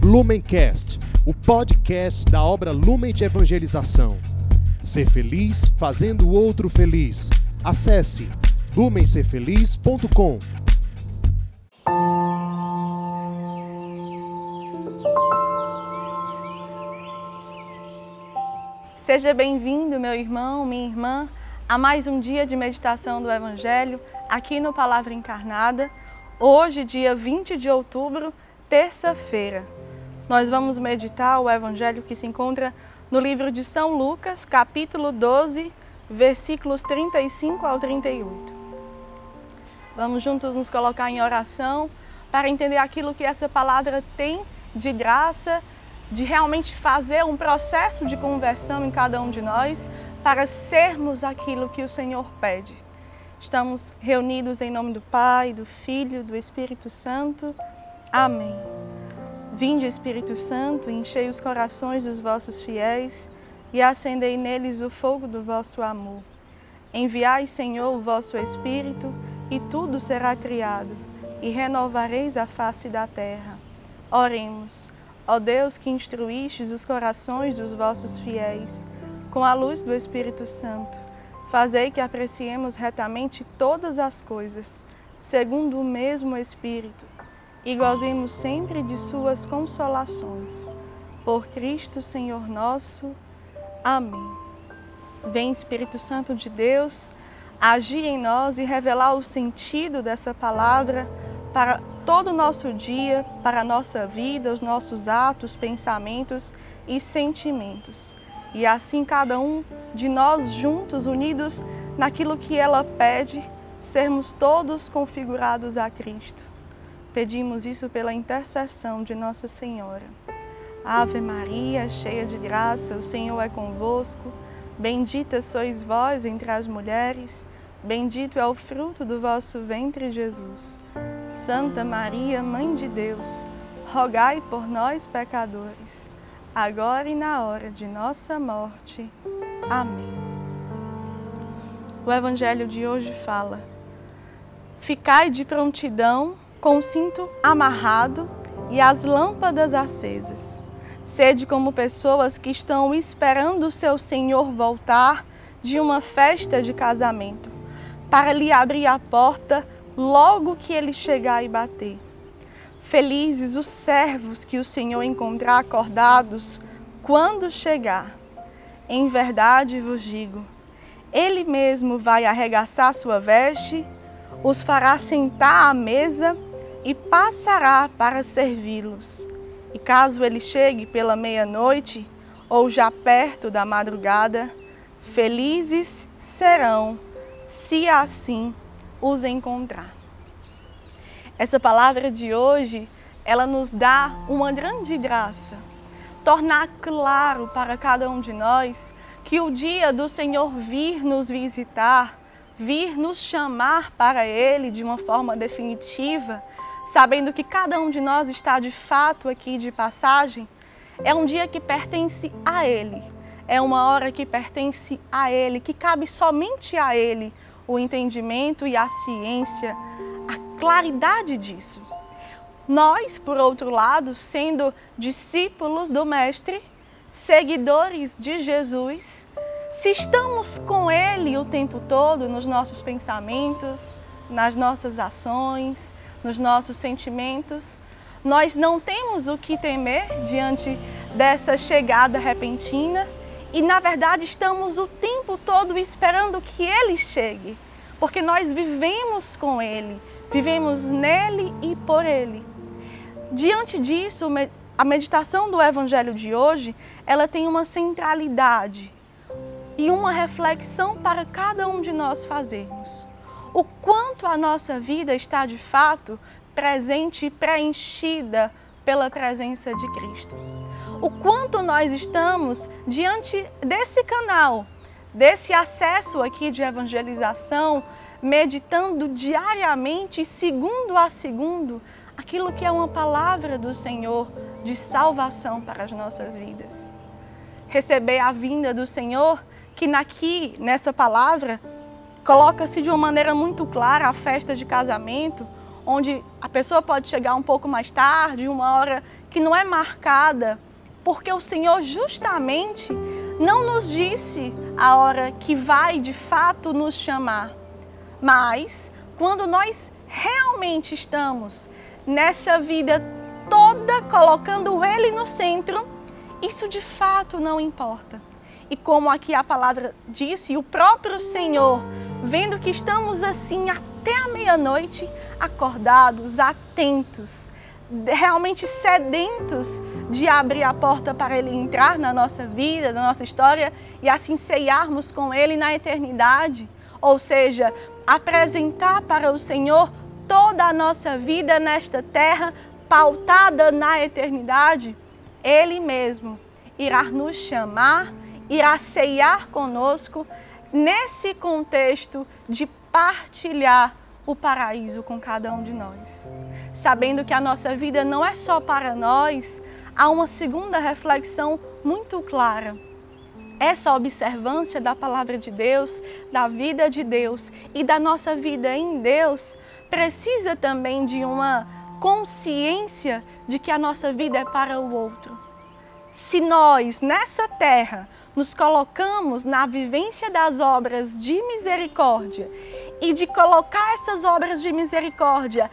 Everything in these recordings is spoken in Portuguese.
Lumencast, o podcast da obra Lumen de Evangelização. Ser feliz fazendo o outro feliz. Acesse lumencerfeliz.com. Seja bem-vindo, meu irmão, minha irmã, a mais um dia de meditação do Evangelho aqui no Palavra Encarnada. Hoje, dia 20 de outubro, terça-feira. Nós vamos meditar o Evangelho que se encontra no livro de São Lucas, capítulo 12, versículos 35 ao 38. Vamos juntos nos colocar em oração para entender aquilo que essa palavra tem de graça, de realmente fazer um processo de conversão em cada um de nós para sermos aquilo que o Senhor pede. Estamos reunidos em nome do Pai, do Filho, do Espírito Santo. Amém. Vinde, Espírito Santo, enchei os corações dos vossos fiéis e acendei neles o fogo do vosso amor. Enviai, Senhor, o vosso Espírito e tudo será criado e renovareis a face da terra. Oremos. Ó Deus, que instruístes os corações dos vossos fiéis com a luz do Espírito Santo, fazei que apreciemos retamente todas as coisas, segundo o mesmo Espírito, e gozemos sempre de suas consolações. Por Cristo, Senhor nosso. Amém. Vem, Espírito Santo de Deus, agir em nós e revelar o sentido dessa palavra para todo o nosso dia, para a nossa vida, os nossos atos, pensamentos e sentimentos. E assim cada um de nós juntos, unidos naquilo que ela pede, sermos todos configurados a Cristo. Pedimos isso pela intercessão de Nossa Senhora. Ave Maria, cheia de graça, o Senhor é convosco. Bendita sois vós entre as mulheres, bendito é o fruto do vosso ventre, Jesus. Santa Maria, Mãe de Deus, rogai por nós, pecadores, agora e na hora de nossa morte. Amém. O Evangelho de hoje fala: ficai de prontidão, com o cinto amarrado e as lâmpadas acesas. Sede como pessoas que estão esperando o seu Senhor voltar de uma festa de casamento, para lhe abrir a porta logo que ele chegar e bater. Felizes os servos que o Senhor encontrar acordados quando chegar. Em verdade vos digo, ele mesmo vai arregaçar sua veste, os fará sentar à mesa e passará para servi-los. E caso ele chegue pela meia-noite ou já perto da madrugada, felizes serão, se assim os encontrar. Essa palavra de hoje, ela nos dá uma grande graça. Tornar claro para cada um de nós que o dia do Senhor vir nos visitar, vir nos chamar para Ele de uma forma definitiva, sabendo que cada um de nós está de fato aqui de passagem, é um dia que pertence a Ele. É uma hora que pertence a Ele, que cabe somente a Ele o entendimento e a ciência, a claridade disso. Nós, por outro lado, sendo discípulos do Mestre, seguidores de Jesus, se estamos com Ele o tempo todo nos nossos pensamentos, nas nossas ações, nos nossos sentimentos, nós não temos o que temer diante dessa chegada repentina e, na verdade, estamos o tempo todo esperando que Ele chegue, porque nós vivemos com Ele, vivemos nele e por Ele. Diante disso, a meditação do Evangelho de hoje, ela tem uma centralidade e uma reflexão para cada um de nós fazermos. O quanto a nossa vida está de fato presente e preenchida pela presença de Cristo. O quanto nós estamos diante desse canal, desse acesso aqui de evangelização, meditando diariamente, segundo a segundo, aquilo que é uma palavra do Senhor de salvação para as nossas vidas. Receber a vinda do Senhor, que nessa palavra, coloca-se de uma maneira muito clara a festa de casamento, onde a pessoa pode chegar um pouco mais tarde, uma hora que não é marcada porque o Senhor justamente não nos disse a hora que vai de fato nos chamar. Mas quando nós realmente estamos nessa vida toda colocando Ele no centro, isso de fato não importa. E como aqui a palavra disse, o próprio Senhor, vendo que estamos assim até a meia-noite, acordados, atentos, realmente sedentos de abrir a porta para Ele entrar na nossa vida, na nossa história e assim ceiarmos com Ele na eternidade. Ou seja, apresentar para o Senhor toda a nossa vida nesta terra, pautada na eternidade, Ele mesmo irá nos chamar, irá ceiar conosco nesse contexto de partilhar o paraíso com cada um de nós. Sabendo que a nossa vida não é só para nós, há uma segunda reflexão muito clara. Essa observância da palavra de Deus, da vida de Deus e da nossa vida em Deus, precisa também de uma consciência de que a nossa vida é para o outro. Se nós, nessa terra, nos colocamos na vivência das obras de misericórdia e de colocar essas obras de misericórdia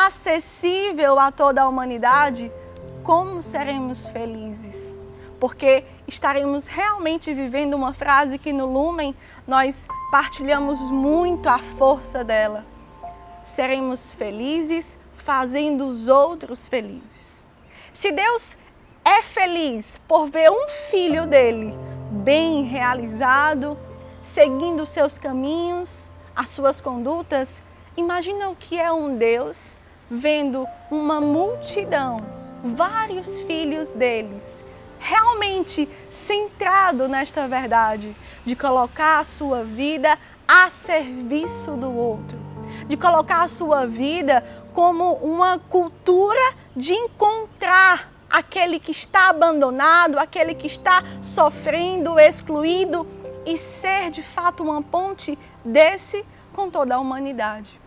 acessível a toda a humanidade, como seremos felizes? Porque estaremos realmente vivendo uma frase que no Lumen nós partilhamos muito a força dela. Seremos felizes fazendo os outros felizes. Se Deus é feliz por ver um filho dele bem realizado, seguindo os seus caminhos, as suas condutas, imagina o que é um Deus vendo uma multidão, vários filhos deles, realmente centrado nesta verdade, de colocar a sua vida a serviço do outro, de colocar a sua vida como uma cultura de encontrar aquele que está abandonado, aquele que está sofrendo, excluído e ser de fato uma ponte desse com toda a humanidade.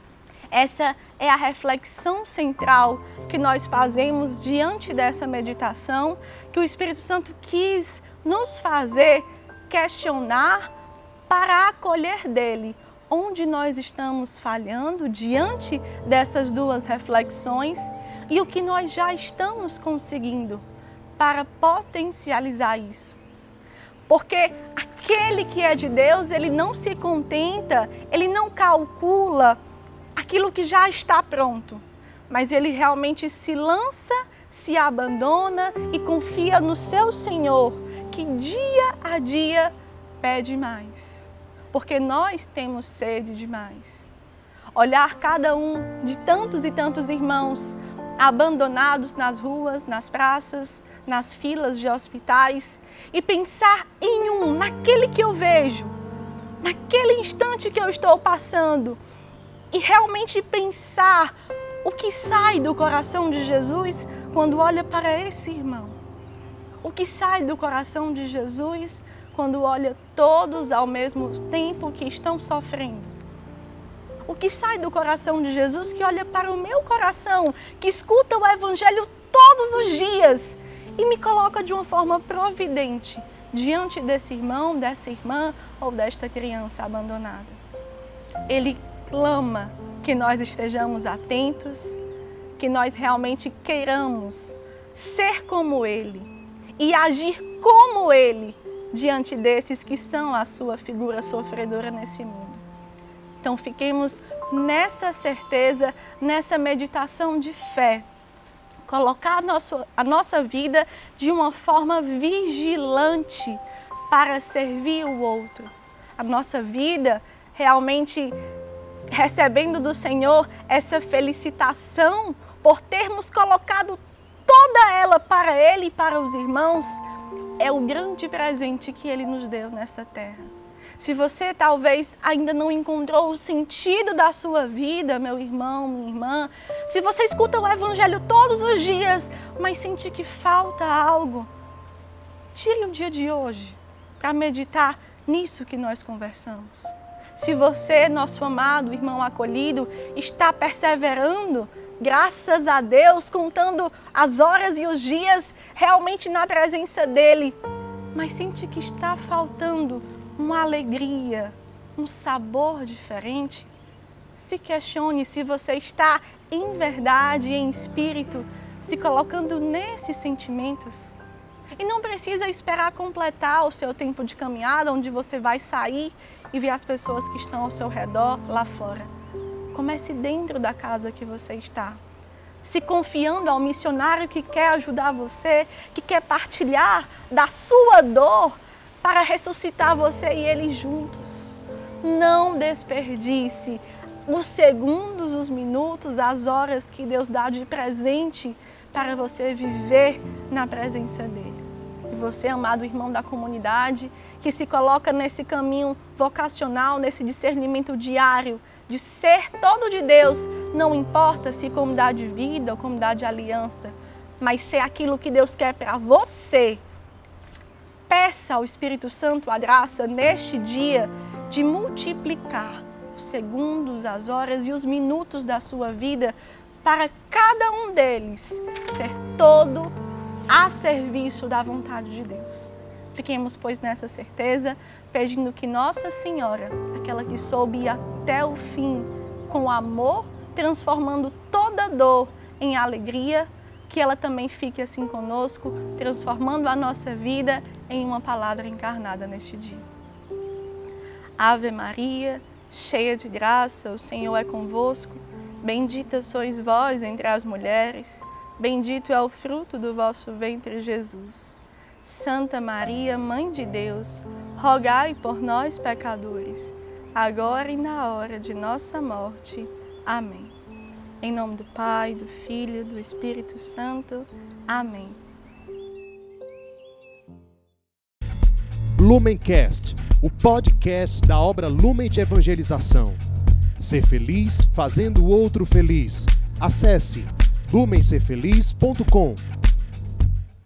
Essa é a reflexão central que nós fazemos diante dessa meditação, que o Espírito Santo quis nos fazer questionar para acolher dele onde nós estamos falhando diante dessas duas reflexões e o que nós já estamos conseguindo para potencializar isso. Porque aquele que é de Deus, ele não se contenta, ele não calcula aquilo que já está pronto, mas ele realmente se lança, se abandona e confia no seu Senhor, que dia a dia pede mais, porque nós temos sede demais. Olhar cada um de tantos e tantos irmãos abandonados nas ruas, nas praças, nas filas de hospitais e pensar em naquele que eu vejo, naquele instante que eu estou passando, e realmente pensar o que sai do coração de Jesus quando olha para esse irmão. O que sai do coração de Jesus quando olha todos ao mesmo tempo que estão sofrendo. O que sai do coração de Jesus que olha para o meu coração, que escuta o Evangelho todos os dias e me coloca de uma forma providente diante desse irmão, dessa irmã ou desta criança abandonada. Ele clama que nós estejamos atentos, que nós realmente queiramos ser como Ele e agir como Ele diante desses que são a sua figura sofredora nesse mundo. Então fiquemos nessa certeza, nessa meditação de fé, colocar a nossa vida de uma forma vigilante para servir o outro. A nossa vida realmente recebendo do Senhor essa felicitação por termos colocado toda ela para Ele e para os irmãos, é o grande presente que Ele nos deu nessa terra. Se você talvez ainda não encontrou o sentido da sua vida, meu irmão, minha irmã, se você escuta o Evangelho todos os dias, mas sente que falta algo, tire o dia de hoje para meditar nisso que nós conversamos. Se você, nosso amado irmão acolhido, está perseverando graças a Deus, contando as horas e os dias realmente na presença dele, mas sente que está faltando uma alegria, um sabor diferente, se questione se você está em verdade e em espírito se colocando nesses sentimentos. E não precisa esperar completar o seu tempo de caminhada, onde você vai sair e ver as pessoas que estão ao seu redor lá fora. Comece dentro da casa que você está, se confiando ao missionário que quer ajudar você, que quer partilhar da sua dor para ressuscitar você e ele juntos. Não desperdice os segundos, os minutos, as horas que Deus dá de presente para você viver na presença dele. E você, amado irmão da comunidade, que se coloca nesse caminho vocacional, nesse discernimento diário de ser todo de Deus, não importa se comunidade de vida ou comunidade de aliança, mas ser aquilo que Deus quer para você. Peça ao Espírito Santo a graça neste dia de multiplicar os segundos, as horas e os minutos da sua vida para cada um deles ser todo a serviço da vontade de Deus. Fiquemos, pois, nessa certeza, pedindo que Nossa Senhora, aquela que soube ir até o fim com amor, transformando toda dor em alegria, que ela também fique assim conosco, transformando a nossa vida em uma palavra encarnada neste dia. Ave Maria, cheia de graça, o Senhor é convosco. Bendita sois vós entre as mulheres, bendito é o fruto do vosso ventre, Jesus. Santa Maria, Mãe de Deus, rogai por nós, pecadores, agora e na hora de nossa morte. Amém. Em nome do Pai, do Filho e do Espírito Santo. Amém. Lumencast, o podcast da obra Lumen de Evangelização. Ser feliz fazendo o outro feliz. Acesse lumencerfeliz.com.